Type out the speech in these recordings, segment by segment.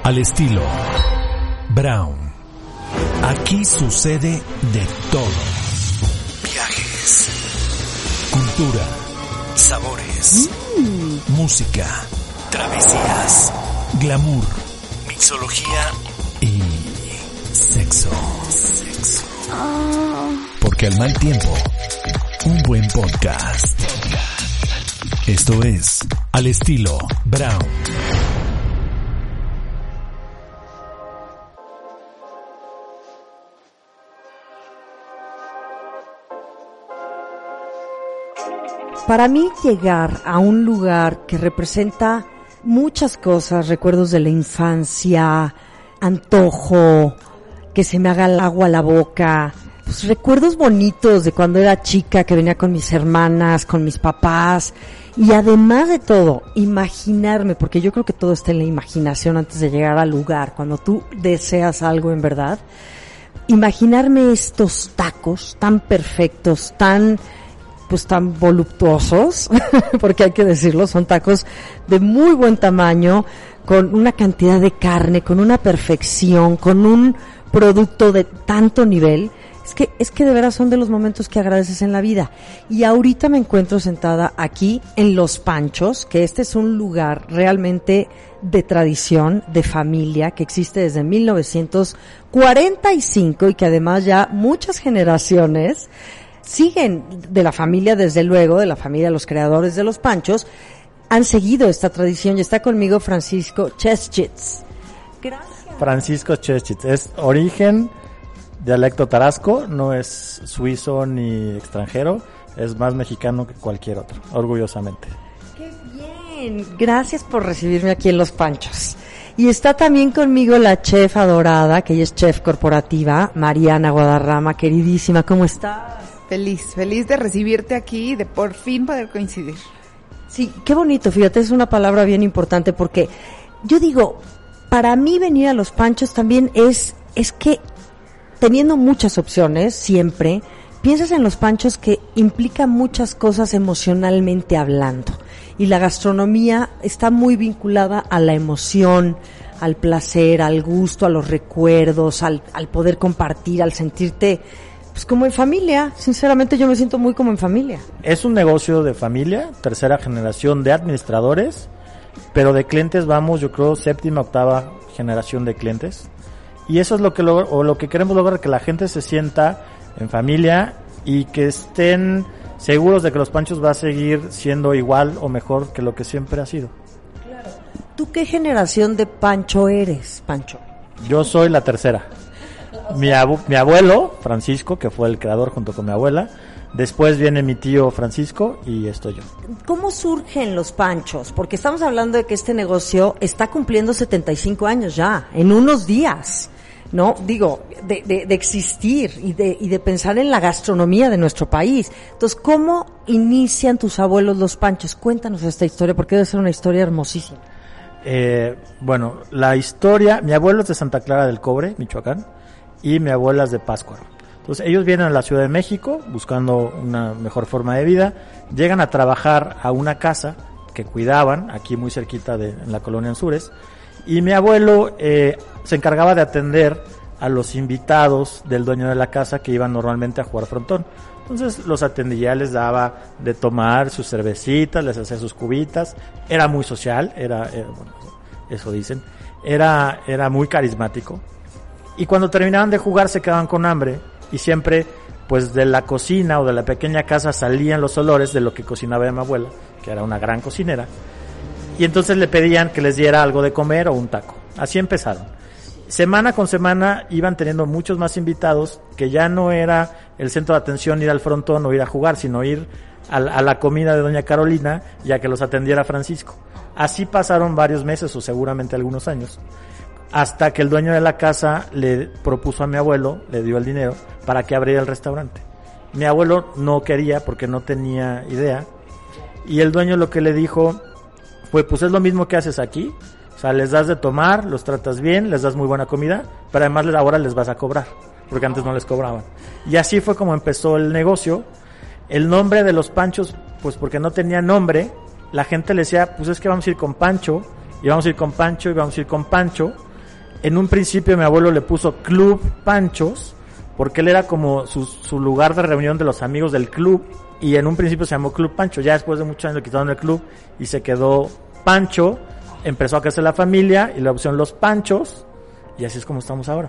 Al estilo Brown. Aquí sucede de todo. Viajes, cultura, sabores, música, travesías, glamour, mixología y sexo. Porque al mal tiempo, un buen podcast. Esto es Al estilo Brown. Para mí llegar a un lugar que representa muchas cosas, recuerdos de la infancia, antojo, que se me haga el agua a la boca, pues recuerdos bonitos de cuando era chica, que venía con mis hermanas, con mis papás, y además de todo, imaginarme, porque yo creo que todo está en la imaginación antes de llegar al lugar, cuando tú deseas algo en verdad, imaginarme estos tacos tan perfectos, tan voluptuosos, porque hay que decirlo, son tacos de muy buen tamaño, con una cantidad de carne, con una perfección, con un producto de tanto nivel. Es que de veras son de los momentos que agradeces en la vida. Y ahorita me encuentro sentada aquí en Los Panchos, que este es un lugar realmente de tradición, de familia, que existe desde 1945 y que además ya muchas generaciones siguen de la familia, desde luego, de la familia de los creadores de Los Panchos, han seguido esta tradición. Y está conmigo Francisco Cheschitz. Gracias. Francisco Cheschitz, es origen dialecto tarasco, no es suizo ni extranjero, es más mexicano que cualquier otro, orgullosamente. ¡Qué bien! Gracias por recibirme aquí en Los Panchos. Y está también conmigo la chef adorada, que ella es chef corporativa, Mariana Guadarrama, queridísima, ¿cómo estás? Feliz de recibirte aquí y de por fin poder coincidir. Sí, qué bonito, fíjate, es una palabra bien importante porque yo digo, para mí venir a Los Panchos también es que teniendo muchas opciones siempre, piensas en Los Panchos que implica muchas cosas emocionalmente hablando. Y la gastronomía está muy vinculada a la emoción, al placer, al gusto, a los recuerdos, al poder compartir, al sentirte pues como en familia. Sinceramente yo me siento muy como en familia. Es un negocio de familia, tercera generación de administradores, pero de clientes vamos, yo creo, séptima, octava generación de clientes. Y eso es lo que queremos lograr, que la gente se sienta en familia y que estén seguros de que Los Panchos va a seguir siendo igual o mejor que lo que siempre ha sido. Claro. ¿Tú qué generación de Pancho eres, Pancho? Yo soy la tercera. Mi abuelo, Francisco, que fue el creador junto con mi abuela. Después viene mi tío Francisco y estoy yo. ¿Cómo surgen Los Panchos? Porque estamos hablando de que este negocio está cumpliendo 75 años ya, en unos días, ¿no? Digo, de existir y de pensar en la gastronomía de nuestro país. Entonces, ¿cómo inician tus abuelos Los Panchos? Cuéntanos esta historia, porque debe ser una historia hermosísima. Bueno, la historia, mi abuelo es de Santa Clara del Cobre, Michoacán, y mi abuela es de Pátzcuaro. Entonces ellos vienen a la Ciudad de México buscando una mejor forma de vida, llegan a trabajar a una casa que cuidaban aquí muy cerquita en la colonia Anzures, y mi abuelo se encargaba de atender a los invitados del dueño de la casa que iban normalmente a jugar frontón. Entonces los atendía, les daba de tomar sus cervecitas, les hacía sus cubitas, era muy social, bueno, eso dicen, era muy carismático. Y cuando terminaban de jugar se quedaban con hambre y siempre pues de la cocina o de la pequeña casa salían los olores de lo que cocinaba mi abuela, que era una gran cocinera, y entonces le pedían que les diera algo de comer o un taco. Así empezaron. Semana con semana iban teniendo muchos más invitados, que ya no era el centro de atención ir al frontón o ir a jugar, sino ir a la comida de doña Carolina y a que los atendiera Francisco. Así pasaron varios meses o seguramente algunos años, hasta que el dueño de la casa le propuso a mi abuelo, le dio el dinero para que abriera el restaurante. Mi abuelo no quería porque no tenía idea, y el dueño lo que le dijo fue, pues es lo mismo que haces aquí, o sea, les das de tomar, los tratas bien, les das muy buena comida, pero además ahora les vas a cobrar, porque antes no les cobraban. Y así fue como empezó el negocio. El nombre de Los Panchos, pues porque no tenía nombre, la gente le decía, pues es que vamos a ir con Pancho, y vamos a ir con Pancho, y vamos a ir con Pancho, En un principio mi abuelo le puso Club Panchos, porque él era como su lugar de reunión de los amigos del club, y en un principio se llamó Club Pancho. Ya después de muchos años le quitaron el club y se quedó Pancho, empezó a crecer la familia y le pusieron los Panchos, y así es como estamos ahora.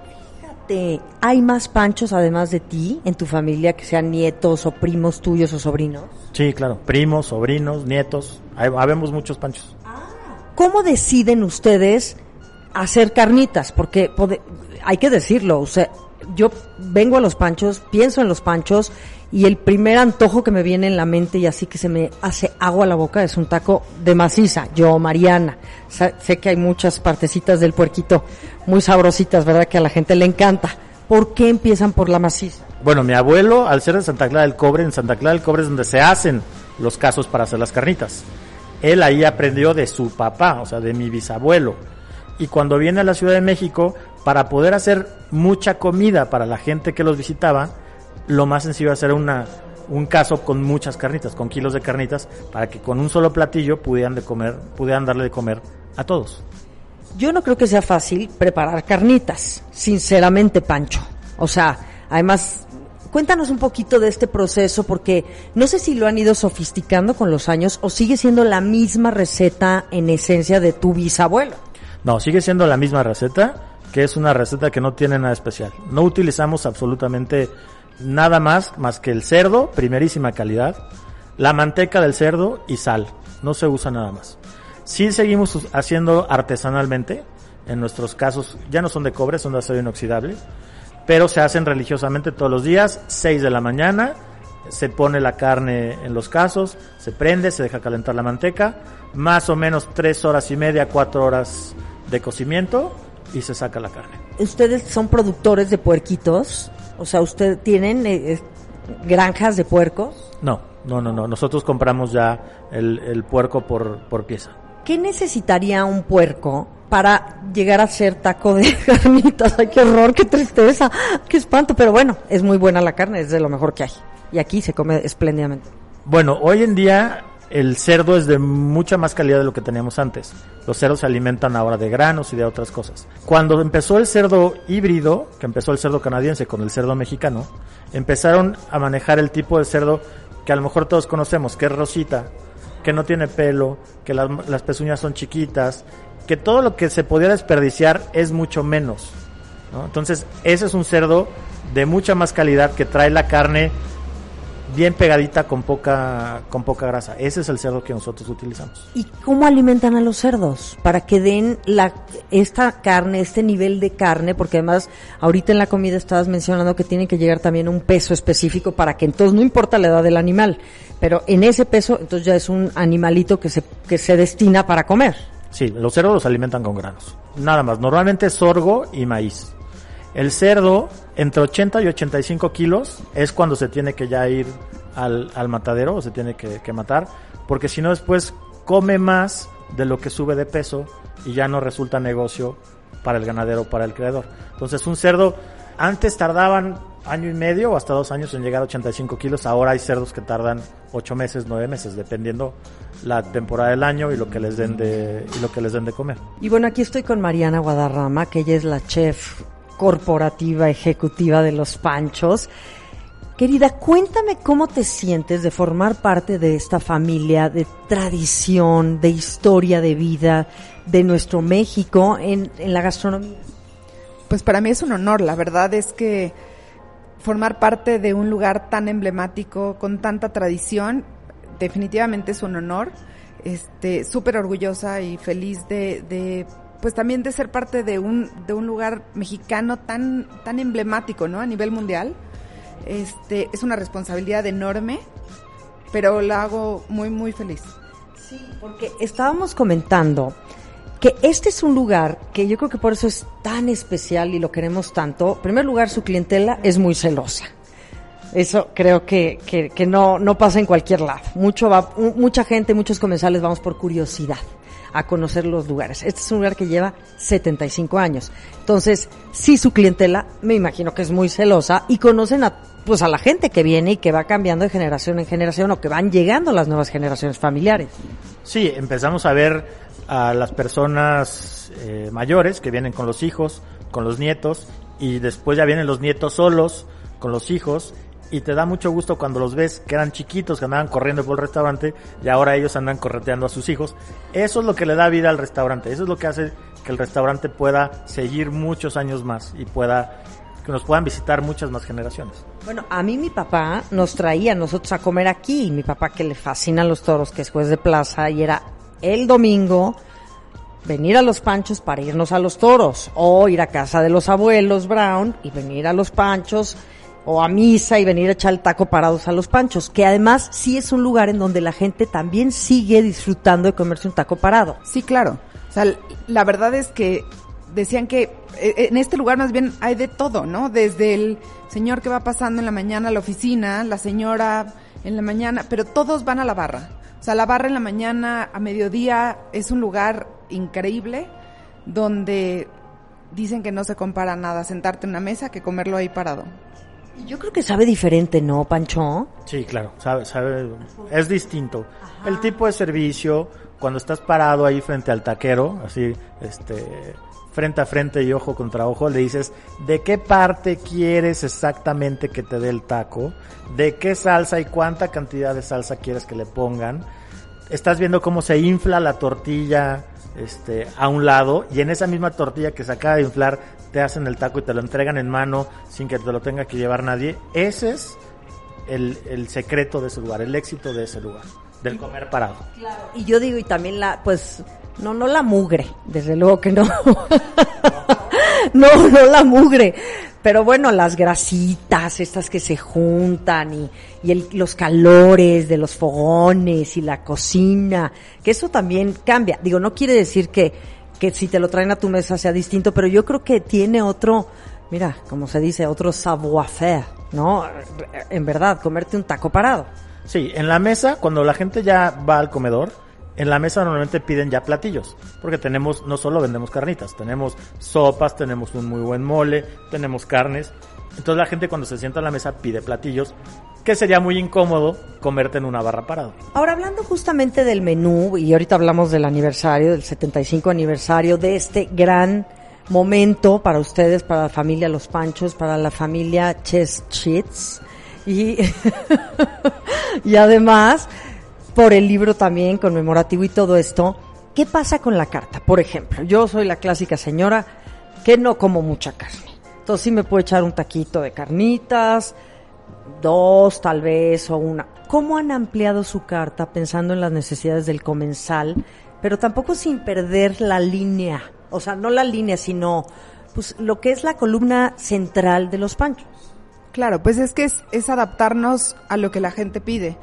¿Hay más Panchos además de ti en tu familia, que sean nietos o primos tuyos o sobrinos? Sí, claro, primos, sobrinos, nietos, habemos muchos Panchos. ¿Cómo deciden ustedes hacer carnitas? Porque hay que decirlo, o sea, yo vengo a los Panchos, pienso en los Panchos, y el primer antojo que me viene en la mente y así que se me hace agua a la boca es un taco de maciza. Yo, Mariana, sé que hay muchas partecitas del puerquito muy sabrositas, ¿verdad? Que a la gente le encanta. ¿Por qué empiezan por la maciza? Bueno, mi abuelo, al ser de Santa Clara del Cobre, en Santa Clara del Cobre es donde se hacen los casos para hacer las carnitas. Él ahí aprendió de su papá, o sea, de mi bisabuelo. Y cuando viene a la Ciudad de México, para poder hacer mucha comida para la gente que los visitaba, lo más sencillo es hacer un caso con muchas carnitas, con kilos de carnitas, para que con un solo platillo pudieran darle de comer a todos. Yo no creo que sea fácil preparar carnitas, sinceramente, Pancho. O sea, además, cuéntanos un poquito de este proceso, porque no sé si lo han ido sofisticando con los años o sigue siendo la misma receta en esencia de tu bisabuelo. No, sigue siendo la misma receta, que es una receta que no tiene nada especial. No utilizamos absolutamente nada más que el cerdo, primerísima calidad, la manteca del cerdo y sal. No se usa nada más. Sí seguimos haciendo artesanalmente. En nuestros casos ya no son de cobre, son de acero inoxidable, pero se hacen religiosamente todos los días, 6 de la mañana, se pone la carne en los casos, se prende, se deja calentar la manteca, más o menos 3 horas y media, 4 horas de cocimiento y se saca la carne. ¿Ustedes son productores de puerquitos? O sea, ¿ustedes tienen granjas de puercos? No. Nosotros compramos ya el puerco por pieza. ¿Qué necesitaría un puerco para llegar a ser taco de carnitas? ¡Ay, qué horror, qué tristeza, qué espanto! Pero bueno, es muy buena la carne, es de lo mejor que hay. Y aquí se come espléndidamente. Bueno, hoy en día el cerdo es de mucha más calidad de lo que teníamos antes. Los cerdos se alimentan ahora de granos y de otras cosas. Cuando empezó el cerdo híbrido, que empezó el cerdo canadiense con el cerdo mexicano, empezaron a manejar el tipo de cerdo que a lo mejor todos conocemos, que es rosita, que no tiene pelo, que las pezuñas son chiquitas, que todo lo que se podía desperdiciar es mucho menos, ¿no? Entonces, ese es un cerdo de mucha más calidad, que trae la carne bien pegadita con poca grasa. Ese es el cerdo que nosotros utilizamos. ¿Y cómo alimentan a los cerdos? Para que den esta carne, este nivel de carne, porque además ahorita en la comida estabas mencionando que tienen que llegar también a un peso específico para que entonces no importa la edad del animal, pero en ese peso entonces ya es un animalito que se destina para comer. Sí, los cerdos los alimentan con granos. Nada más, normalmente sorgo y maíz. El cerdo, entre 80 y 85 kilos, es cuando se tiene que ya ir al matadero, o se tiene que matar, porque si no después come más de lo que sube de peso y ya no resulta negocio para el ganadero, para el criador. Entonces un cerdo, antes tardaban 1 año y medio o hasta 2 años en llegar a 85 kilos, ahora hay cerdos que tardan 8 meses, 9 meses, dependiendo la temporada del año y lo que les den de comer. Y bueno, aquí estoy con Mariana Guadarrama, que ella es la chef corporativa ejecutiva de los Panchos. Querida, cuéntame cómo te sientes de formar parte de esta familia de tradición, de historia de vida de nuestro México en la gastronomía. Pues para mí es un honor, la verdad es que formar parte de un lugar tan emblemático, con tanta tradición, definitivamente es un honor. Súper orgullosa y feliz de pues también de ser parte de un lugar mexicano tan emblemático, ¿no? A nivel mundial. Es una responsabilidad enorme, pero la hago muy, muy feliz. Sí, porque estábamos comentando que este es un lugar que yo creo que por eso es tan especial y lo queremos tanto. En primer lugar, su clientela es muy celosa. Eso creo que no pasa en cualquier lado. Mucha gente, muchos comensales vamos por curiosidad a conocer los lugares. Este es un lugar que lleva 75 años. Entonces, sí, su clientela, me imagino que es muy celosa y conocen a la gente que viene y que va cambiando de generación en generación, o que van llegando las nuevas generaciones familiares. Sí, empezamos a ver a las personas mayores que vienen con los hijos, con los nietos, y después ya vienen los nietos solos con los hijos, y te da mucho gusto cuando los ves que eran chiquitos, que andaban corriendo por el restaurante, y ahora ellos andan correteando a sus hijos. Eso es lo que le da vida al restaurante, eso es lo que hace que el restaurante pueda seguir muchos años más y que nos puedan visitar muchas más generaciones. Bueno, a mí mi papá nos traía a nosotros a comer aquí, mi papá que le fascinan los toros, que es juez de plaza, y era el domingo venir a Los Panchos para irnos a los toros, o ir a casa de los abuelos Brown y venir a Los Panchos, o a misa y venir a echar el taco parados a Los Panchos, que además sí es un lugar en donde la gente también sigue disfrutando de comerse un taco parado. Sí, claro. O sea, la verdad es que decían que en este lugar más bien hay de todo, ¿no? Desde el señor que va pasando en la mañana a la oficina, la señora en la mañana, pero todos van a la barra. O sea, la barra en la mañana, a mediodía, es un lugar increíble donde dicen que no se compara nada sentarte en una mesa que comerlo ahí parado. Yo creo que sabe diferente, ¿no, Pancho? Sí, claro, sabe, es distinto. Ajá. El tipo de servicio, cuando estás parado ahí frente al taquero, así, frente a frente y ojo contra ojo, le dices de qué parte quieres exactamente que te dé el taco, de qué salsa y cuánta cantidad de salsa quieres que le pongan. Estás viendo cómo se infla la tortilla a un lado, y en esa misma tortilla que se acaba de inflar te hacen el taco y te lo entregan en mano sin que te lo tenga que llevar nadie. Ese es el secreto de ese lugar, el éxito de ese lugar, del comer parado. Claro. Y yo digo, y también no la mugre, desde luego que no. no la mugre. Pero bueno, las grasitas, estas que se juntan y los calores de los fogones y la cocina, que eso también cambia. Digo, no quiere decir que si te lo traen a tu mesa sea distinto, pero yo creo que tiene otro, mira, como se dice, otro savoir-faire, ¿no? En verdad, comerte un taco parado. Sí, en la mesa, cuando la gente ya va al comedor, en la mesa normalmente piden ya platillos, porque no solo vendemos carnitas, tenemos sopas, tenemos un muy buen mole, tenemos carnes. Entonces la gente cuando se sienta a la mesa pide platillos, que sería muy incómodo comerte en una barra parado. Ahora, hablando justamente del menú, y ahorita hablamos del aniversario, del 75 aniversario, de este gran momento para ustedes, para la familia Los Panchos, para la familia Cheschitz, y además por el libro también conmemorativo y todo esto. ¿Qué pasa con la carta? Por ejemplo, yo soy la clásica señora que no como mucha carne. Entonces sí me puedo echar un taquito de carnitas, 2 tal vez, o 1. ¿Cómo han ampliado su carta pensando en las necesidades del comensal, pero tampoco sin perder la línea? O sea, no la línea, sino pues lo que es la columna central de Los Panchos. Claro, pues es que es adaptarnos a lo que la gente pide.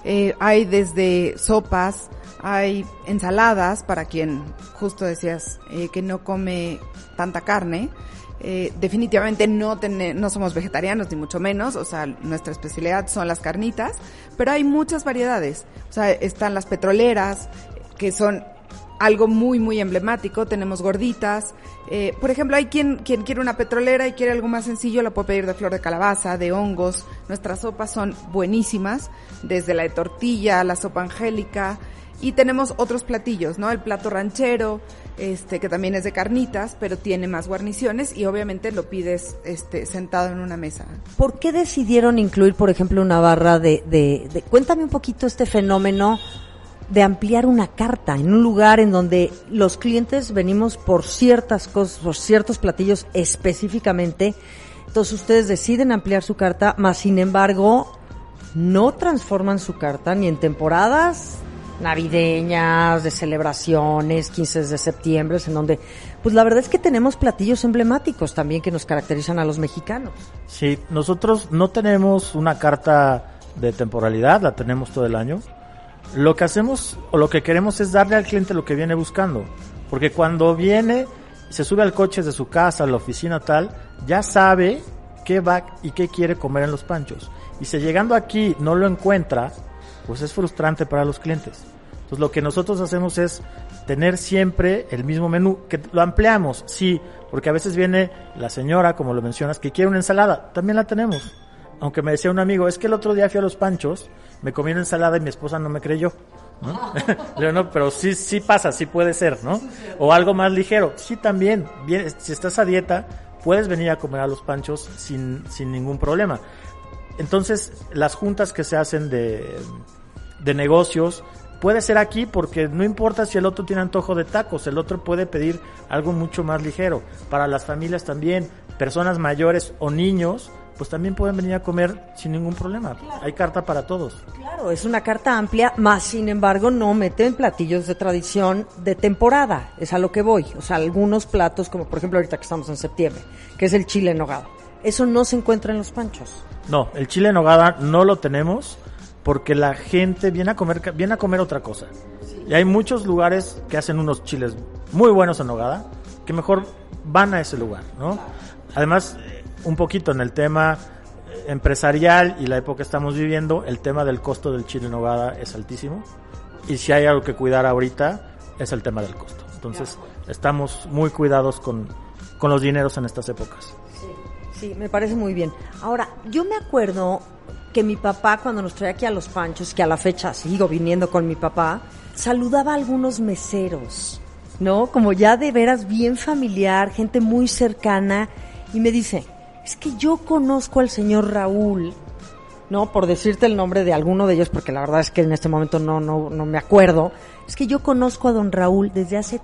Hay desde sopas, hay ensaladas para quien, justo decías, que no come tanta carne. Definitivamente no somos vegetarianos ni mucho menos, o sea, nuestra especialidad son las carnitas, pero hay muchas variedades. O sea, están las petroleras, que son algo muy, muy emblemático. Tenemos gorditas. Por ejemplo, hay quien quiere una petrolera y quiere algo más sencillo, la puede pedir de flor de calabaza, de hongos. Nuestras sopas son buenísimas, desde la de tortilla, la sopa angélica. Y tenemos otros platillos, ¿no? El plato ranchero, que también es de carnitas, pero tiene más guarniciones y obviamente lo pides, sentado en una mesa. ¿Por qué decidieron incluir, por ejemplo, una barra de cuéntame un poquito este fenómeno de ampliar una carta en un lugar en donde los clientes venimos por ciertas cosas, por ciertos platillos específicamente? Entonces ustedes deciden ampliar su carta, mas sin embargo no transforman su carta ni en temporadas navideñas, de celebraciones, 15 de septiembre, en donde, pues la verdad es que tenemos platillos emblemáticos también que nos caracterizan a los mexicanos. Sí, nosotros no tenemos una carta de temporalidad, la tenemos todo el año. Lo que hacemos o lo que queremos es darle al cliente lo que viene buscando, porque cuando viene, se sube al coche de su casa, a la oficina tal, ya sabe qué va y qué quiere comer en Los Panchos. Y si llegando aquí no lo encuentra, pues es frustrante para los clientes. Entonces lo que nosotros hacemos es tener siempre el mismo menú, que lo ampliamos, sí, porque a veces viene la señora, como lo mencionas, que quiere una ensalada, también la tenemos. Aunque me decía un amigo, es que el otro día fui a Los Panchos, me comí una ensalada y mi esposa no me creyó. ¿no? Digo, no, pero sí pasa, sí puede ser, ¿no? O algo más ligero. Sí, también. Bien, si estás a dieta, puedes venir a comer a Los Panchos sin ningún problema. Entonces, las juntas que se hacen de negocios, puede ser aquí porque no importa si el otro tiene antojo de tacos, el otro puede pedir algo mucho más ligero. Para las familias también, personas mayores o niños, pues también pueden venir a comer sin ningún problema. Claro. Hay carta para todos. Claro, es una carta amplia, más sin embargo no meten platillos de tradición de temporada, es a lo que voy. O sea, algunos platos, como por ejemplo ahorita que estamos en septiembre, que es el chile en nogada. Eso no se encuentra en Los Panchos. No, el chile en nogada no lo tenemos porque la gente viene a comer otra cosa. Sí. Y hay muchos lugares que hacen unos chiles muy buenos en nogada, que mejor van a ese lugar, ¿no? Claro. Además, un poquito en el tema empresarial y la época que estamos viviendo, el tema del costo del chile en nogada es altísimo. Y si hay algo que cuidar ahorita, es el tema del costo. Entonces, estamos muy cuidados con los dineros en estas épocas. Sí, me parece muy bien. Ahora, yo me acuerdo que mi papá, cuando nos traía aquí a Los Panchos, que a la fecha sigo viniendo con mi papá, saludaba a algunos meseros, ¿no? Como ya de veras bien familiar, gente muy cercana, y me dice, es que yo conozco al señor Raúl, ¿no? Por decirte el nombre de alguno de ellos, porque la verdad es que en este momento no me acuerdo, es que yo conozco a don Raúl desde hace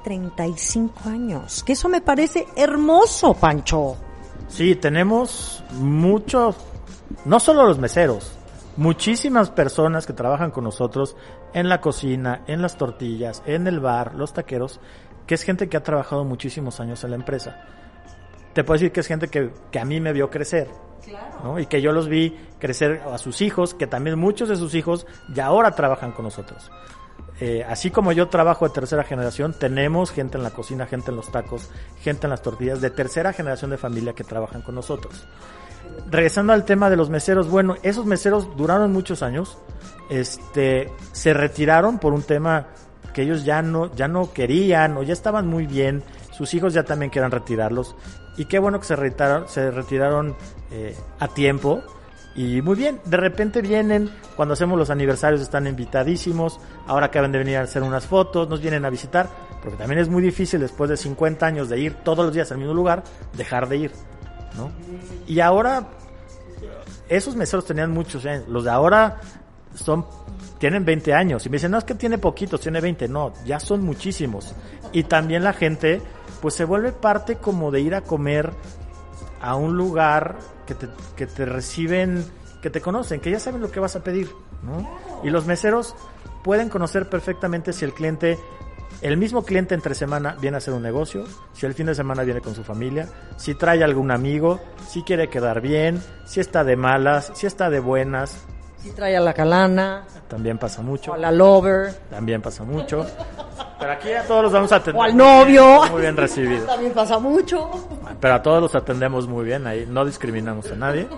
35 años, que eso me parece hermoso, Pancho. Sí, tenemos muchos, no solo los meseros, muchísimas personas que trabajan con nosotros en la cocina, en las tortillas, en el bar, los taqueros, que es gente que ha trabajado muchísimos años en la empresa. Te puedo decir que es gente que a mí me vio crecer, claro, ¿no? Y que yo los vi crecer a sus hijos, que también muchos de sus hijos ya ahora trabajan con nosotros. Así como yo trabajo de tercera generación, tenemos gente en la cocina, gente en los tacos, gente en las tortillas de tercera generación de familia que trabajan con nosotros. Regresando al tema de los meseros, bueno, esos meseros duraron muchos años, se retiraron por un tema que ellos ya no querían o ya estaban muy bien, sus hijos ya también querían retirarlos, y qué bueno que se retiraron a tiempo. Y muy bien, de repente vienen, cuando hacemos los aniversarios están invitadísimos, ahora acaban de venir a hacer unas fotos, nos vienen a visitar, porque también es muy difícil después de 50 años de ir todos los días al mismo lugar, dejar de ir, ¿no? Y ahora, esos meseros tenían muchos años, los de ahora tienen 20 años, y me dicen, no, es que tiene poquitos, tiene 20, no, ya son muchísimos. Y también la gente, pues se vuelve parte como de ir a comer a un lugar que te reciben, que te conocen, que ya saben lo que vas a pedir, ¿no? Y los meseros pueden conocer perfectamente si el mismo cliente entre semana viene a hacer un negocio, si el fin de semana viene con su familia, si trae algún amigo, si quiere quedar bien, si está de malas, si está de buenas. Si trae a la calana. También pasa mucho. O a la lover. También pasa mucho. Pero aquí a todos los vamos a atender. O al novio. Muy bien recibidos. También pasa mucho. Pero a todos los atendemos muy bien, ahí no discriminamos a nadie.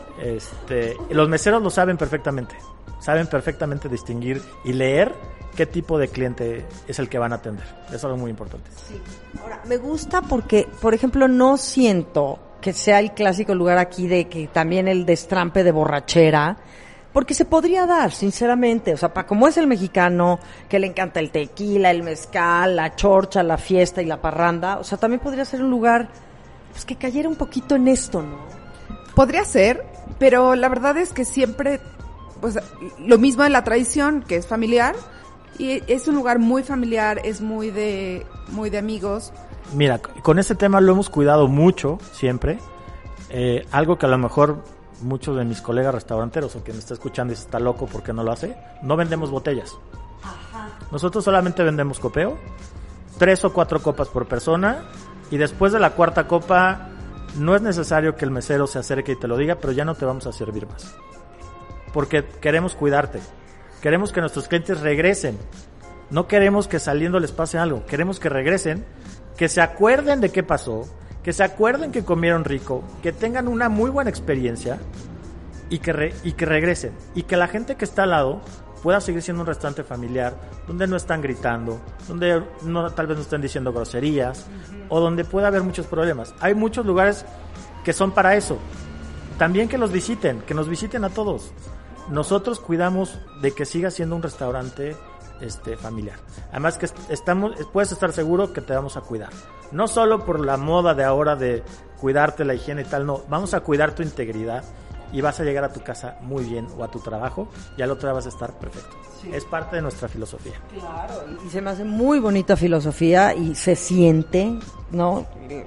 Los meseros lo saben perfectamente distinguir y leer qué tipo de cliente es el que van a atender. Es algo muy importante. Sí. Ahora, me gusta porque, por ejemplo, no siento que sea el clásico lugar aquí de que también el destrampe de borrachera, porque se podría dar, sinceramente, o sea, como es el mexicano, que le encanta el tequila, el mezcal, la chorcha, la fiesta y la parranda, o sea, también podría ser un lugar, pues, que cayera un poquito en esto, ¿no? Podría ser, pero la verdad es que siempre, pues, lo mismo en la tradición, que es familiar, y es un lugar muy familiar, es muy de amigos. Mira, con este tema lo hemos cuidado mucho, siempre, algo que a lo mejor muchos de mis colegas restauranteros o quien me está escuchando y se está loco porque no lo hace, no vendemos botellas. Ajá. Nosotros solamente vendemos copeo, 3 o 4 copas por persona, y después de la cuarta copa no es necesario que el mesero se acerque y te lo diga, pero ya no te vamos a servir más, porque queremos cuidarte, queremos que nuestros clientes regresen, no queremos que saliendo les pase algo, queremos que regresen, que se acuerden de qué pasó, que se acuerden que comieron rico, que tengan una muy buena experiencia y que regresen. Y que la gente que está al lado pueda seguir siendo un restaurante familiar, donde no están gritando, donde tal vez no estén diciendo groserías, o donde pueda haber muchos problemas. Hay muchos lugares que son para eso. También que nos visiten a todos. Nosotros cuidamos de que siga siendo un restaurante familiar. Además que puedes estar seguro que te vamos a cuidar. No solo por la moda de ahora de cuidarte la higiene y tal, no, vamos a cuidar tu integridad y vas a llegar a tu casa muy bien o a tu trabajo y al otro día vas a estar perfecto. Sí. Es parte de nuestra filosofía. Claro, y se me hace muy bonita filosofía y se siente, ¿no?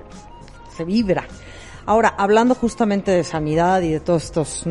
Se vibra. Ahora, hablando justamente de sanidad y de todos estos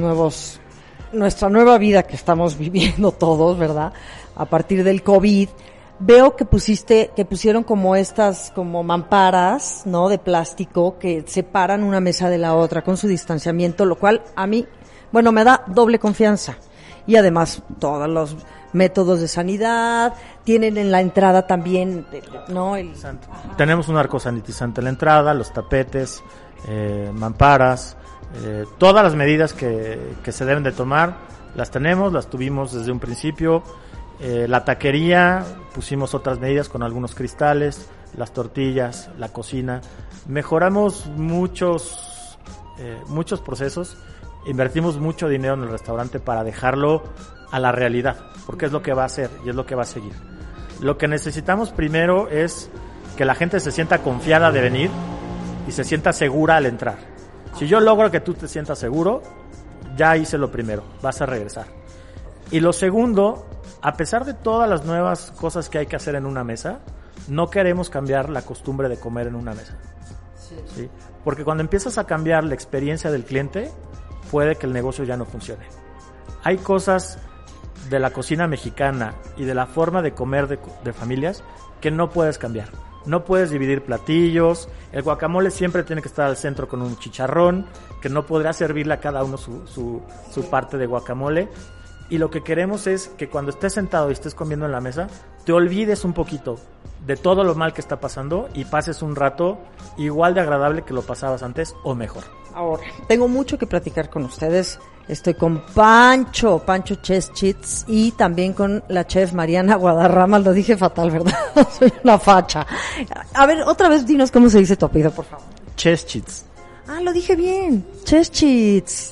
nuestra nueva vida que estamos viviendo todos, ¿verdad? A partir del COVID, veo que pusieron como estas, como mamparas, ¿no? De plástico que separan una mesa de la otra con su distanciamiento, lo cual a mí, bueno, me da doble confianza. Y además, todos los métodos de sanidad, tienen en la entrada también, ¿no? Tenemos un arco sanitizante en la entrada, los tapetes, mamparas, todas las medidas que se deben de tomar, las tuvimos desde un principio. La taquería, pusimos otras medidas con algunos cristales, las tortillas, la cocina. Mejoramos muchos procesos, invertimos mucho dinero en el restaurante para dejarlo a la realidad, porque es lo que va a ser y es lo que va a seguir. Lo que necesitamos primero es que la gente se sienta confiada de venir y se sienta segura al entrar. Si yo logro que tú te sientas seguro, ya hice lo primero, vas a regresar. Y lo segundo, a pesar de todas las nuevas cosas que hay que hacer en una mesa, no queremos cambiar la costumbre de comer en una mesa. ¿Sí? Porque cuando empiezas a cambiar la experiencia del cliente, puede que el negocio ya no funcione. Hay cosas de la cocina mexicana y de la forma de comer de familias que no puedes cambiar. No puedes dividir platillos, el guacamole siempre tiene que estar al centro con un chicharrón, que no podrá servirle a cada uno su parte de guacamole. Y lo que queremos es que cuando estés sentado y estés comiendo en la mesa, te olvides un poquito de todo lo mal que está pasando y pases un rato igual de agradable que lo pasabas antes o mejor. Ahora, tengo mucho que platicar con ustedes. Estoy con Pancho Cheschitz y también con la chef Mariana Guadarrama. Lo dije fatal, ¿verdad? Soy una facha. A ver, otra vez dinos cómo se dice tu apellido, por favor. Cheschitz. Ah, lo dije bien. Cheschitz.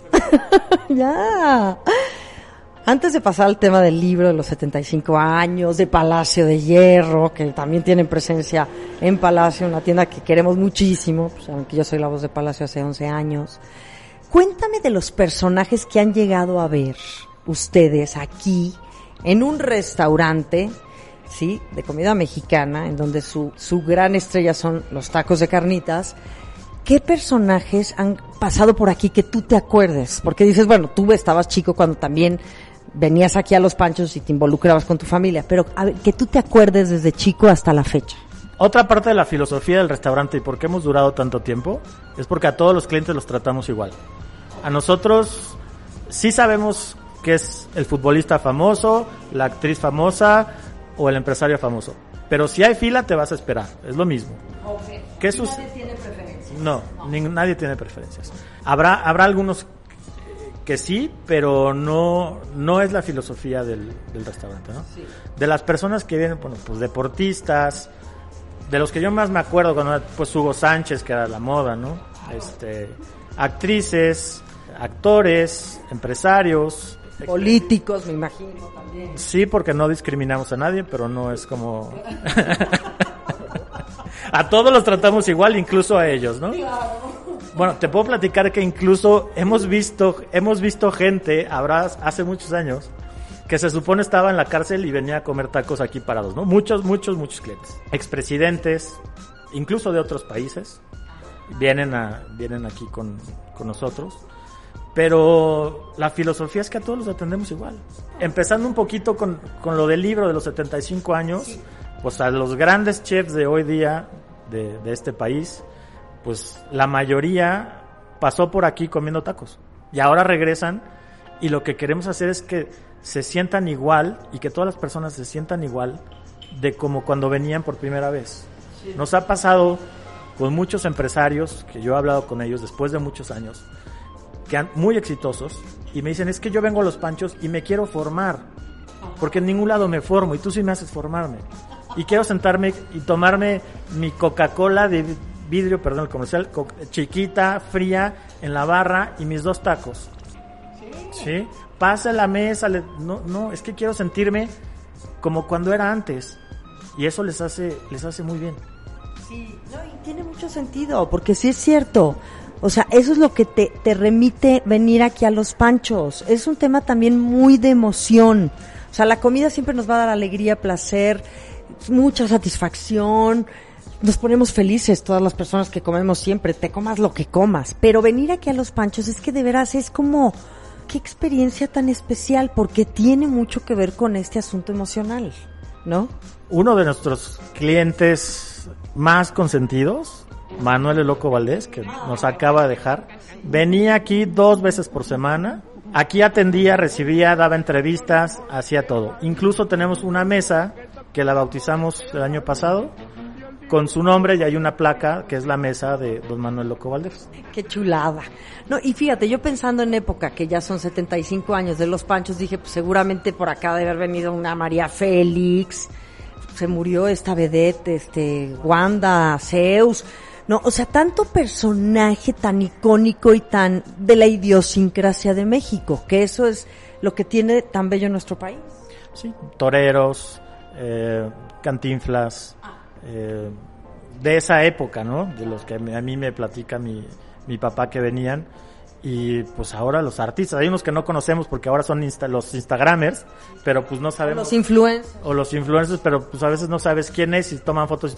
Ya. Antes de pasar al tema del libro de los 75 años, de Palacio de Hierro, que también tienen presencia en Palacio, una tienda que queremos muchísimo, pues, aunque yo soy la voz de Palacio hace 11 años. Cuéntame de los personajes que han llegado a ver ustedes aquí en un restaurante, ¿sí? De comida mexicana, en donde su gran estrella son los tacos de carnitas. ¿Qué personajes han pasado por aquí que tú te acuerdes? Porque dices, bueno, tú estabas chico cuando también venías aquí a Los Panchos y te involucrabas con tu familia, pero a ver, que tú te acuerdes desde chico hasta la fecha. Otra parte de la filosofía del restaurante y por qué hemos durado tanto tiempo es porque a todos los clientes los tratamos igual. A nosotros sí sabemos que es el futbolista famoso, la actriz famosa o el empresario famoso, pero si hay fila te vas a esperar, es lo mismo. Okay. ¿Nadie tiene preferencias? No. Nadie tiene preferencias. Habrá algunos que sí, pero no es la filosofía del restaurante, ¿no? Sí. De las personas que vienen, bueno, pues deportistas, de los que yo más me acuerdo cuando pues Hugo Sánchez, que era la moda, ¿no? Actrices, actores, empresarios, políticos, me imagino también. Sí, porque no discriminamos a nadie, pero no es como a todos los tratamos igual, incluso a ellos, ¿no? Claro. Bueno, te puedo platicar que incluso hemos visto gente, hace muchos años, que se supone estaba en la cárcel y venía a comer tacos aquí parados, ¿no? Muchos clientes. Expresidentes, incluso de otros países, vienen aquí con nosotros. Pero la filosofía es que a todos los atendemos igual. Empezando un poquito con lo del libro de los 75 años, sí. Pues a los grandes chefs de hoy día de este país, pues la mayoría pasó por aquí comiendo tacos. Y ahora regresan y lo que queremos hacer es que se sientan igual y que todas las personas se sientan igual de como cuando venían por primera vez. Sí. Nos ha pasado con muchos empresarios, que yo he hablado con ellos después de muchos años, que han muy exitosos, y me dicen, es que yo vengo a Los Panchos y me quiero formar, porque en ningún lado me formo, y tú sí me haces formarme. Y quiero sentarme y tomarme mi Coca-Cola de vidrio, perdón, el comercial, chiquita, fría, en la barra, y mis 2 tacos. ¿Sí? Pasa a la mesa, no, es que quiero sentirme como cuando era antes. Y eso les hace muy bien. Sí, no, y tiene mucho sentido, porque sí es cierto. O sea, eso es lo que te remite venir aquí a Los Panchos. Es un tema también muy de emoción. O sea, la comida siempre nos va a dar alegría, placer, mucha satisfacción. Nos ponemos felices todas las personas que comemos siempre, te comas lo que comas. Pero venir aquí a Los Panchos es que de veras es como, qué experiencia tan especial, porque tiene mucho que ver con este asunto emocional, ¿no? Uno de nuestros clientes más consentidos, Manuel el Loco Valdés, que nos acaba de dejar, venía aquí 2 veces por semana. Aquí atendía, recibía, daba entrevistas, hacía todo. Incluso tenemos una mesa que la bautizamos el año pasado con su nombre, y hay una placa que es la mesa de don Manuel Loco Valdés. Qué chulada. No, y fíjate, yo pensando en época que ya son 75 años de Los Panchos, dije, pues seguramente por acá debe haber venido una María Félix, se murió esta vedette, Wanda, Zeus. No, o sea, tanto personaje tan icónico y tan de la idiosincrasia de México, que eso es lo que tiene tan bello nuestro país. Sí, toreros, Cantinflas, de esa época, ¿no? De los que a mí me platica mi papá que venían. Y pues ahora los artistas, hay unos que no conocemos porque ahora son los Instagramers, pero pues no sabemos. O los influencers, pero pues a veces no sabes quién es, y toman fotos,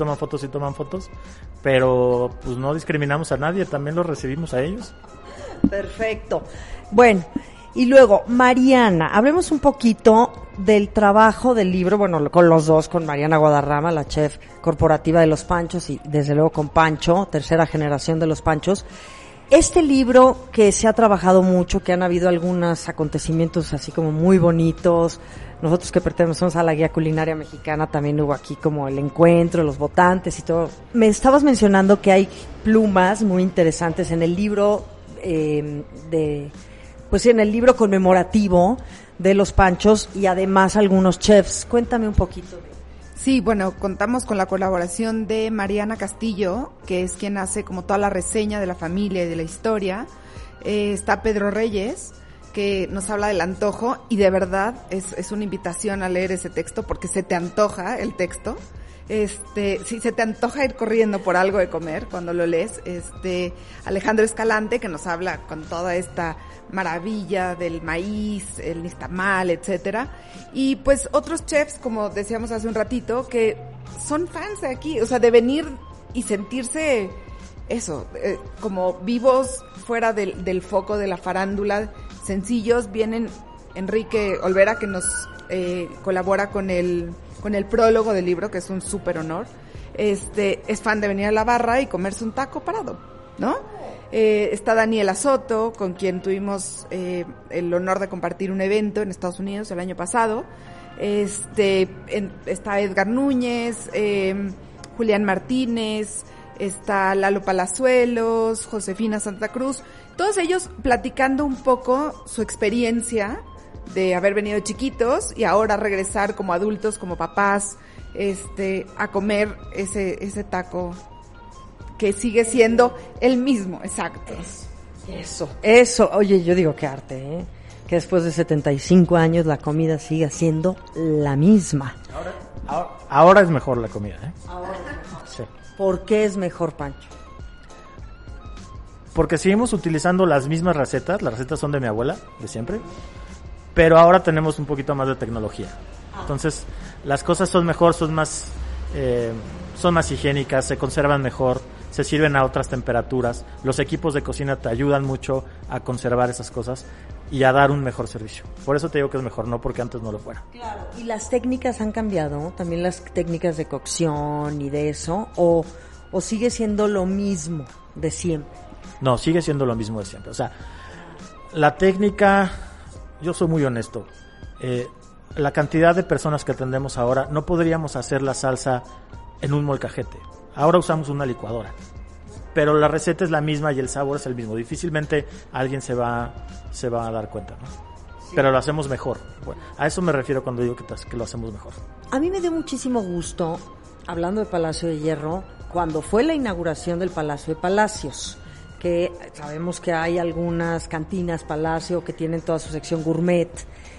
pero pues no discriminamos a nadie, también los recibimos a ellos. Perfecto. Bueno, y luego, Mariana, hablemos un poquito del trabajo del libro, bueno, con los dos, con Mariana Guadarrama, la chef corporativa de Los Panchos, y desde luego con Pancho, tercera generación de Los Panchos. Este libro que se ha trabajado mucho, que han habido algunos acontecimientos así como muy bonitos, nosotros que pertenecemos a la guía culinaria mexicana también hubo aquí como el encuentro, los votantes y todo. Me estabas mencionando que hay plumas muy interesantes en el libro en el libro conmemorativo de Los Panchos, y además algunos chefs. Cuéntame un poquito. Sí, bueno, contamos con la colaboración de Mariana Castillo, que es quien hace como toda la reseña de la familia y de la historia. Está Pedro Reyes, que nos habla del antojo, y de verdad es una invitación a leer ese texto porque se te antoja el texto. Sí, se te antoja ir corriendo por algo de comer cuando lo lees. Alejandro Escalante, que nos habla con toda esta maravilla del maíz, el nixtamal, etcétera. Y pues otros chefs, como decíamos hace un ratito, que son fans de aquí, o sea, de venir y sentirse eso, como vivos fuera del foco de la farándula, sencillos. Vienen Enrique Olvera, que nos colabora con el prólogo del libro, que es un súper honor. Es fan de venir a la barra y comerse un taco parado, ¿no? Está Daniela Soto, con quien tuvimos el honor de compartir un evento en Estados Unidos el año pasado. Está Edgar Núñez, Julián Martínez, está Lalo Palazuelos, Josefina Santa Cruz, todos ellos platicando un poco su experiencia de haber venido chiquitos y ahora regresar como adultos, como papás, a comer ese taco que sigue siendo el mismo, exacto. Eso. Oye, yo digo qué arte, que después de 75 años la comida sigue siendo la misma. Ahora es mejor la comida, Ahora es mejor. Sí. ¿Por qué es mejor, Pancho? Porque seguimos utilizando las mismas recetas. Las recetas son de mi abuela, de siempre, pero ahora tenemos un poquito más de tecnología. Entonces, las cosas son mejor, son más higiénicas, se conservan mejor, se sirven a otras temperaturas. Los equipos de cocina te ayudan mucho a conservar esas cosas y a dar un mejor servicio. Por eso te digo que es mejor, no porque antes no lo fuera. Claro. ¿Y las técnicas han cambiado? ¿También las técnicas de cocción y de eso? ¿O sigue siendo lo mismo de siempre? No, sigue siendo lo mismo de siempre. O sea, la técnica, yo soy muy honesto, la cantidad de personas que atendemos ahora, no podríamos hacer la salsa en un molcajete. Ahora usamos una licuadora, pero la receta es la misma y el sabor es el mismo. Difícilmente alguien se va a dar cuenta, ¿no? Sí. Pero lo hacemos mejor. Bueno, a eso me refiero cuando digo que lo hacemos mejor. A mí me dio muchísimo gusto, hablando de Palacio de Hierro, cuando fue la inauguración del Palacio de Palacios, que sabemos que hay algunas cantinas Palacio que tienen toda su sección gourmet,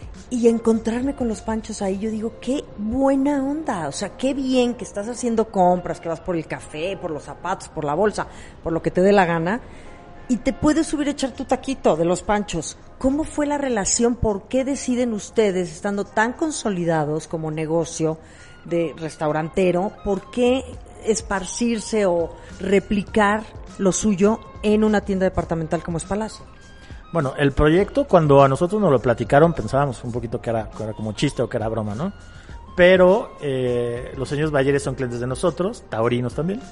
y encontrarme con los panchos ahí, yo digo, qué buena onda, o sea, qué bien que estás haciendo compras, que vas por el café, por los zapatos, por la bolsa, por lo que te dé la gana, y te puedes subir a echar tu taquito de los panchos. ¿Cómo fue la relación? ¿Por qué deciden ustedes, estando tan consolidados como negocio de restaurantero, por qué esparcirse o replicar lo suyo en una tienda departamental como es Palacio? Bueno, el proyecto, cuando a nosotros nos lo platicaron, pensábamos un poquito que era como chiste o que era broma, ¿no? Pero los señores Balleres son clientes de nosotros, taurinos también.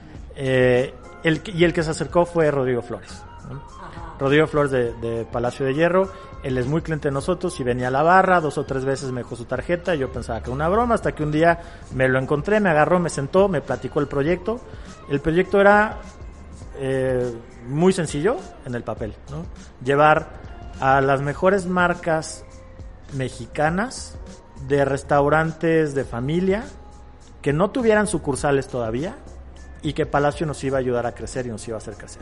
El que se acercó fue Rodrigo Flores, ¿no? Rodrigo Flores de Palacio de Hierro. Él es muy cliente de nosotros y venía a la barra 2 o 3 veces, me dejó su tarjeta. Yo pensaba que era una broma, hasta que un día me lo encontré, me agarró, me sentó, me platicó el proyecto. El proyecto era muy sencillo en el papel, ¿no? Llevar a las mejores marcas mexicanas de restaurantes de familia que no tuvieran sucursales todavía y que Palacio nos iba a ayudar a crecer y nos iba a hacer crecer.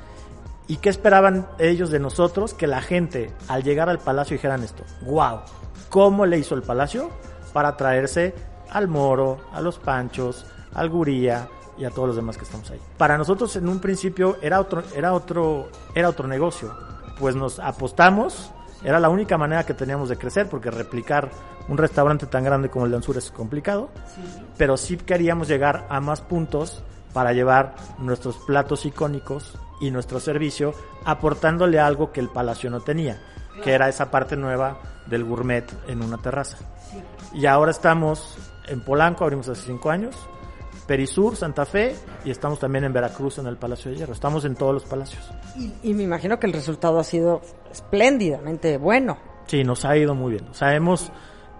¿Y qué esperaban ellos de nosotros? Que la gente al llegar al Palacio dijeran esto: wow, ¿cómo le hizo el Palacio para traerse al Moro, a los Panchos, al Guría y a todos los demás que estamos ahí? Para nosotros en un principio era otro negocio, pues nos apostamos, era la única manera que teníamos de crecer, porque replicar un restaurante tan grande como el de Ansur es complicado, sí. Pero sí queríamos llegar a más puntos para llevar nuestros platos icónicos y nuestro servicio, aportándole algo que el Palacio no tenía, que era esa parte nueva del gourmet en una terraza. Sí. Y ahora estamos en Polanco, abrimos hace 5 años, Perisur, Santa Fe, y estamos también en Veracruz en el Palacio de Hierro. Estamos en todos los palacios. Y me imagino que el resultado ha sido espléndidamente bueno. Sí, nos ha ido muy bien. O sea, hemos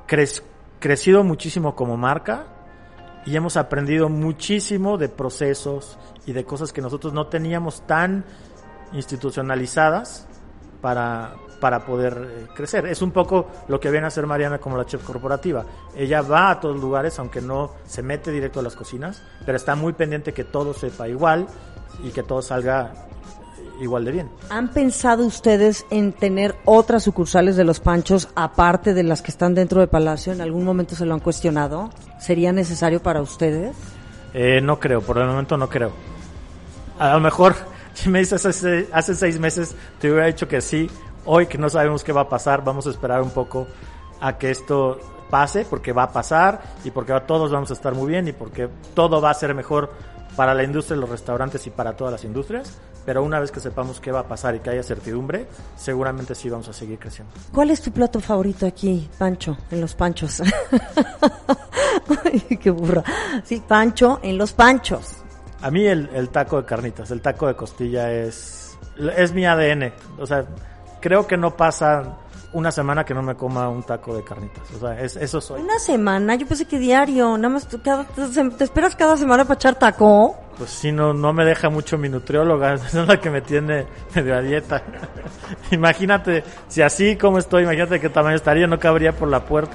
crecido muchísimo como marca y hemos aprendido muchísimo de procesos y de cosas que nosotros no teníamos tan institucionalizadas para poder crecer. Es un poco lo que viene a hacer Mariana como la chef corporativa. Ella va a todos lugares, aunque no se mete directo a las cocinas, pero está muy pendiente que todo sepa igual y que todo salga igual de bien. ¿Han pensado ustedes en tener otras sucursales de los Panchos aparte de las que están dentro de Palacio? ¿En algún momento se lo han cuestionado? ¿Sería necesario para ustedes? No creo, por el momento no creo. A lo mejor, si me dices hace 6 meses, te hubiera dicho que sí. Hoy que no sabemos qué va a pasar, vamos a esperar un poco a que esto pase, porque va a pasar y porque todos vamos a estar muy bien y porque todo va a ser mejor para la industria de los restaurantes y para todas las industrias. Pero una vez que sepamos qué va a pasar y que haya certidumbre, seguramente sí vamos a seguir creciendo. ¿Cuál es tu plato favorito aquí, Pancho, en los Panchos? Ay, qué burra. Sí, Pancho en los Panchos. A mí el taco de carnitas, el taco de costilla es mi ADN. O sea, creo que no pasa una semana que no me coma un taco de carnitas. O sea, eso soy. ¿Una semana? Yo pensé que diario. Nada más ¿te esperas cada semana para echar taco? Pues sí, no me deja mucho mi nutrióloga. Es la que me tiene medio a dieta. Imagínate, si así como estoy, imagínate qué tamaño estaría, no cabría por la puerta.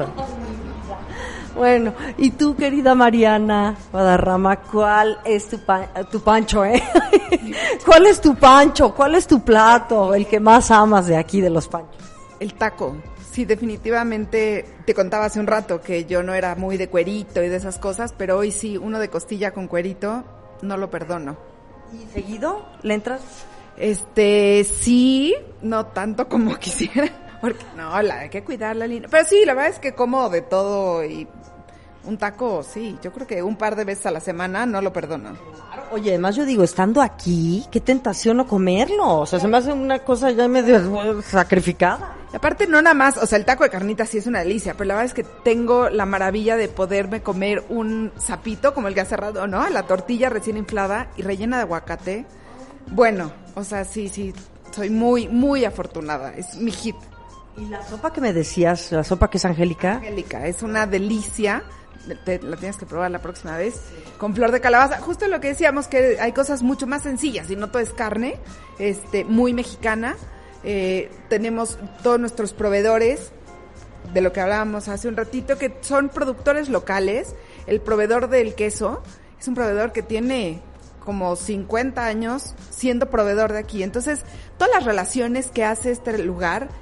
Bueno, y tú, querida Mariana Guadarrama, ¿cuál es tu pancho, ¿Cuál es tu pancho? ¿Cuál es tu plato? El que más amas de aquí, de los Panchos. El taco. Sí, definitivamente, te contaba hace un rato que yo no era muy de cuerito y de esas cosas, pero hoy sí, uno de costilla con cuerito, no lo perdono. ¿Y seguido le entras? Sí, no tanto como quisiera. Porque no, hay que cuidar la línea. Pero sí, la verdad es que como de todo y un taco, sí, yo creo que un par de veces a la semana no lo perdono. Claro. Oye, además yo digo, estando aquí, qué tentación no comerlo. O sea, se me hace una cosa ya medio sacrificada. Y aparte no nada más, o sea, el taco de carnitas sí es una delicia, pero la verdad es que tengo la maravilla de poderme comer un sapito como el que hace rato, ¿no? La tortilla recién inflada y rellena de aguacate. Bueno, o sea, sí, soy muy, muy afortunada. Es mi hit. ¿Y la sopa que me decías, la sopa que es Angélica? Angélica, es una delicia, la tienes que probar la próxima vez, con flor de calabaza. Justo lo que decíamos, que hay cosas mucho más sencillas y no todo es carne, muy mexicana. Tenemos todos nuestros proveedores, de lo que hablábamos hace un ratito, que son productores locales. El proveedor del queso es un proveedor que tiene como 50 años siendo proveedor de aquí. Entonces, todas las relaciones que hace este lugar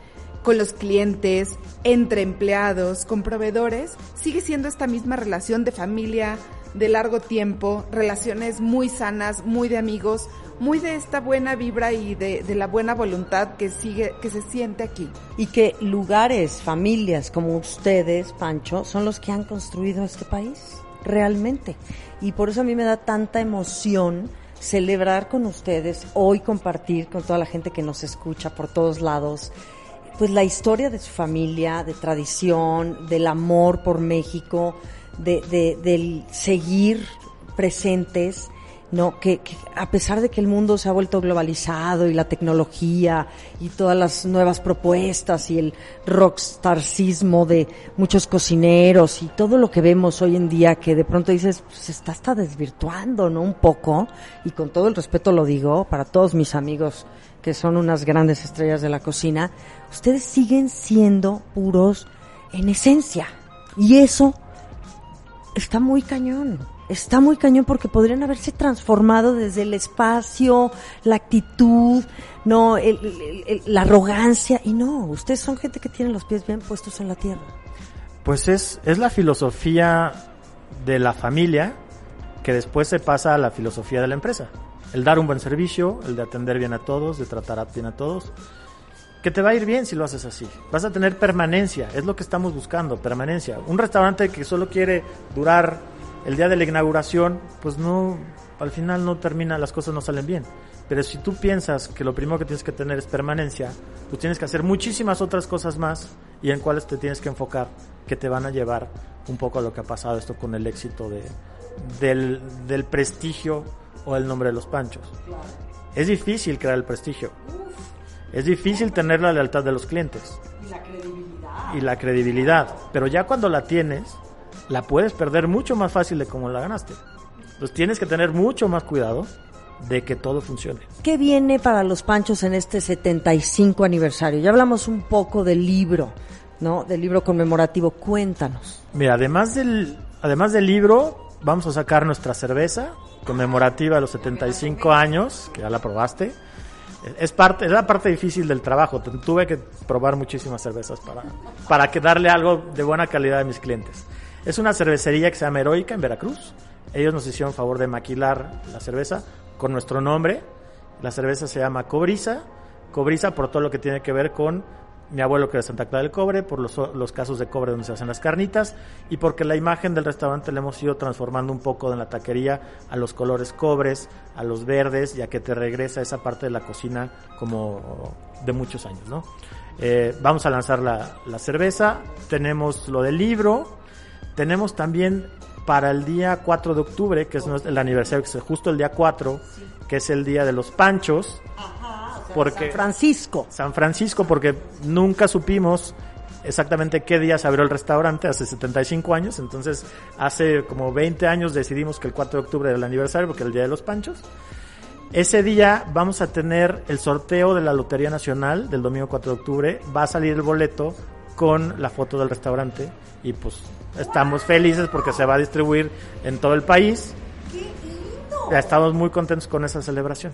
con los clientes, entre empleados, con proveedores, sigue siendo esta misma relación de familia, de largo tiempo, relaciones muy sanas, muy de amigos, muy de esta buena vibra y de la buena voluntad que se siente aquí. Y que lugares, familias como ustedes, Pancho, son los que han construido este país, realmente. Y por eso a mí me da tanta emoción celebrar con ustedes, hoy compartir con toda la gente que nos escucha por todos lados, pues la historia de su familia, de tradición, del amor por México, del seguir presentes, ¿no? Que a pesar de que el mundo se ha vuelto globalizado y la tecnología y todas las nuevas propuestas y el rockstarcismo de muchos cocineros y todo lo que vemos hoy en día, que de pronto dices, pues se está hasta desvirtuando, ¿no? Un poco, y con todo el respeto lo digo, para todos mis amigos que son unas grandes estrellas de la cocina, ustedes siguen siendo puros en esencia. Y eso está muy cañón. Está muy cañón porque podrían haberse transformado desde el espacio, la actitud, no, la arrogancia, y no, ustedes son gente que tiene los pies bien puestos en la tierra. Pues es la filosofía de la familia que después se pasa a la filosofía de la empresa. El dar un buen servicio, el de atender bien a todos, de tratar bien a todos, que te va a ir bien si lo haces así. Vas a tener permanencia, es lo que estamos buscando, permanencia. Un restaurante que solo quiere durar el día de la inauguración, pues no, al final no termina, las cosas no salen bien. Pero si tú piensas que lo primero que tienes que tener es permanencia, pues tienes que hacer muchísimas otras cosas más y en cuáles te tienes que enfocar, que te van a llevar un poco a lo que ha pasado esto con el éxito del prestigio o el nombre de los Panchos. Es difícil crear el prestigio. Es difícil tener la lealtad de los clientes. Y la credibilidad. Pero ya cuando la tienes, la puedes perder mucho más fácil de como la ganaste. Entonces tienes que tener mucho más cuidado de que todo funcione. ¿Qué viene para los Panchos en este 75 aniversario? Ya hablamos un poco del libro, ¿no? Del libro conmemorativo. Cuéntanos. Mira, además del libro, vamos a sacar nuestra cerveza conmemorativa de los 75 años, que ya la probaste. Es la parte difícil del trabajo. Tuve que probar muchísimas cervezas para que darle algo de buena calidad a mis clientes. Es una cervecería que se llama Heroica en Veracruz. Ellos nos hicieron favor de maquilar la cerveza con nuestro nombre. La cerveza se llama Cobriza. Cobriza por todo lo que tiene que ver con mi abuelo, que era de Santa Clara del Cobre, por los casos de cobre donde se hacen las carnitas, y porque la imagen del restaurante le hemos ido transformando un poco en la taquería a los colores cobres, a los verdes, ya que te regresa esa parte de la cocina como de muchos años, ¿no? Vamos a lanzar la cerveza, tenemos lo del libro, tenemos también para el día 4 de octubre, que es el aniversario, que es justo el día 4, que es el día de los Panchos. Porque San Francisco, porque nunca supimos exactamente qué día se abrió el restaurante, hace 75 años, entonces hace como 20 años decidimos que el 4 de octubre era el aniversario, porque era el día de los Panchos. Ese día vamos a tener el sorteo de la Lotería Nacional del domingo 4 de octubre, va a salir el boleto con la foto del restaurante y pues estamos felices porque se va a distribuir en todo el país. ¡Qué lindo! Ya estamos muy contentos con esa celebración.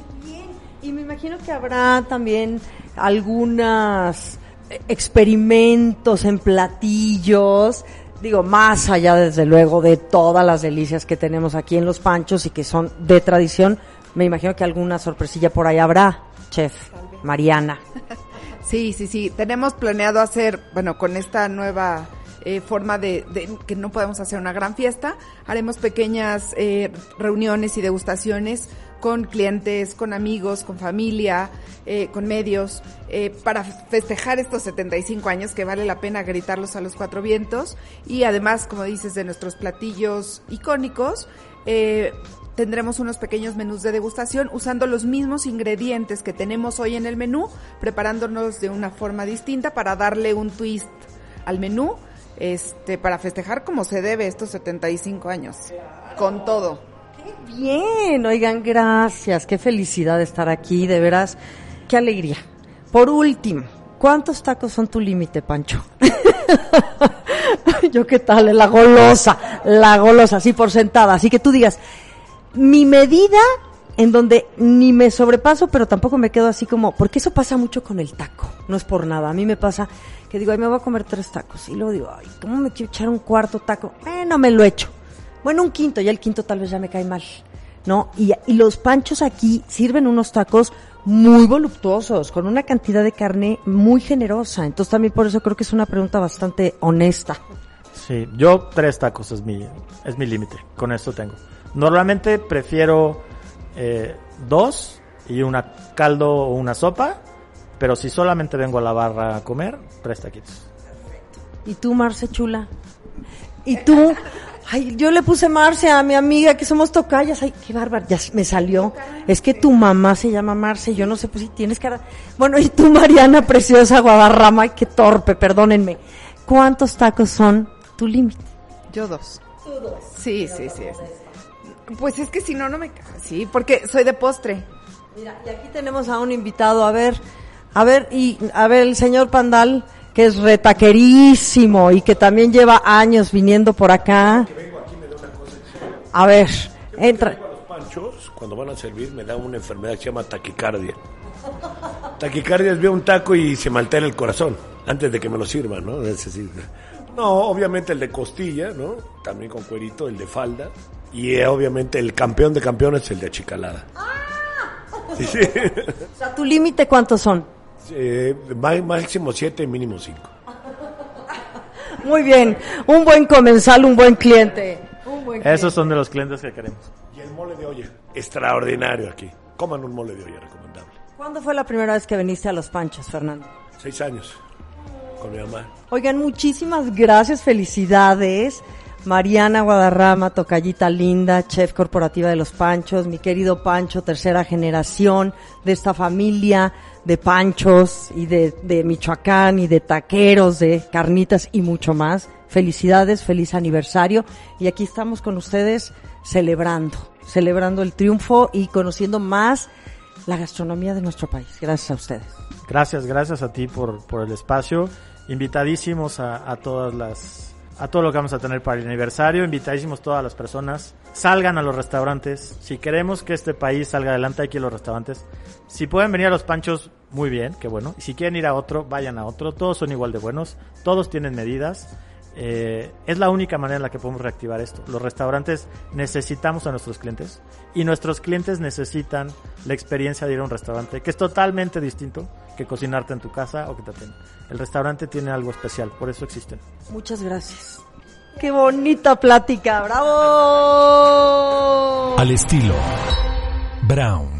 Y me imagino que habrá también algunos experimentos en platillos, digo, más allá desde luego de todas las delicias que tenemos aquí en Los Panchos y que son de tradición. Me imagino que alguna sorpresilla por ahí habrá, chef Mariana. Sí. Tenemos planeado hacer, bueno, con esta nueva forma de que no podemos hacer una gran fiesta, haremos pequeñas reuniones y degustaciones con clientes, con amigos, con familia, con medios, para festejar estos 75 años que vale la pena gritarlos a los cuatro vientos. Y además, como dices, de nuestros platillos icónicos, tendremos unos pequeños menús de degustación usando los mismos ingredientes que tenemos hoy en el menú, preparándonos de una forma distinta para darle un twist al menú, para festejar como se debe estos 75 años, con todo. ¡Qué bien! Oigan, gracias, qué felicidad estar aquí, de veras, qué alegría. Por último, ¿cuántos tacos son tu límite, Pancho? Yo, ¿qué tal? La golosa, así por sentada, así que tú digas, mi medida en donde ni me sobrepaso, pero tampoco me quedo así como, porque eso pasa mucho con el taco, no es por nada. A mí me pasa que digo, ay, me voy a comer 3 tacos, y luego digo, ay, ¿cómo me quiero echar un cuarto taco? No me lo echo. Bueno, un quinto, ya el quinto tal vez ya me cae mal, ¿no? Y los panchos aquí sirven unos tacos muy voluptuosos, con una cantidad de carne muy generosa. Entonces también por eso creo que es una pregunta bastante honesta. Sí, yo 3 tacos es mi límite, con esto tengo. Normalmente prefiero 2 y una caldo o una sopa, pero si solamente vengo a la barra a comer, 3 taquitos. ¿Y tú, Marce chula? ¿Y tú? Ay, yo le puse Marce a mi amiga, que somos tocayas. Ay, qué bárbaro, ya me salió. Es que tu mamá se llama Marce, yo no sé, pues si tienes cara. Bueno, y tú, Mariana preciosa Guadarrama, ay, qué torpe, perdónenme. ¿Cuántos tacos son tu límite? Yo 2. ¿Tú 2? Sí. Pues es que si no me caja. Sí, porque soy de postre. Mira, y aquí tenemos a un invitado, a ver, el señor Pandal, que es retaquerísimo y que también lleva años viniendo por acá. A ver, entra. Los panchos, cuando van a servir, me da una enfermedad que se llama taquicardia. Taquicardia es ver un taco y se me altera el corazón antes de que me lo sirvan, ¿no? Es decir, no, obviamente el de costilla, ¿no? También con cuerito, el de falda. Y obviamente el campeón de campeones, el de achicalada. Sí. O sea, ¿tu límite cuántos son? Máximo 7, mínimo 5. Muy bien, un buen comensal, un buen cliente. Esos son de los clientes que queremos. Y el mole de olla, extraordinario aquí. Coman un mole de olla, recomendable. ¿Cuándo fue la primera vez que viniste a Los Panchos, Fernando? 6 años, con mi mamá. Oigan, muchísimas gracias, felicidades. Mariana Guadarrama, tocallita linda, chef corporativa de Los Panchos, mi querido Pancho, tercera generación de esta familia de panchos y de Michoacán y de taqueros, de carnitas y mucho más. Felicidades, feliz aniversario. Y aquí estamos con ustedes celebrando el triunfo y conociendo más la gastronomía de nuestro país. Gracias a ustedes. Gracias a ti por el espacio. Invitadísimos a todo lo que vamos a tener para el aniversario, invitadísimos todas las personas, salgan a los restaurantes, si queremos que este país salga adelante hay que ir a los restaurantes, si pueden venir a Los Panchos, muy bien, qué bueno, y si quieren ir a otro, vayan a otro, todos son igual de buenos, todos tienen medidas, es la única manera en la que podemos reactivar esto. Los restaurantes necesitamos a nuestros clientes y nuestros clientes necesitan la experiencia de ir a un restaurante, que es totalmente distinto que cocinarte en tu casa o que te atiendan. El restaurante tiene algo especial, por eso existen. Muchas gracias. ¡Qué bonita plática! ¡Bravo! Al estilo Brown.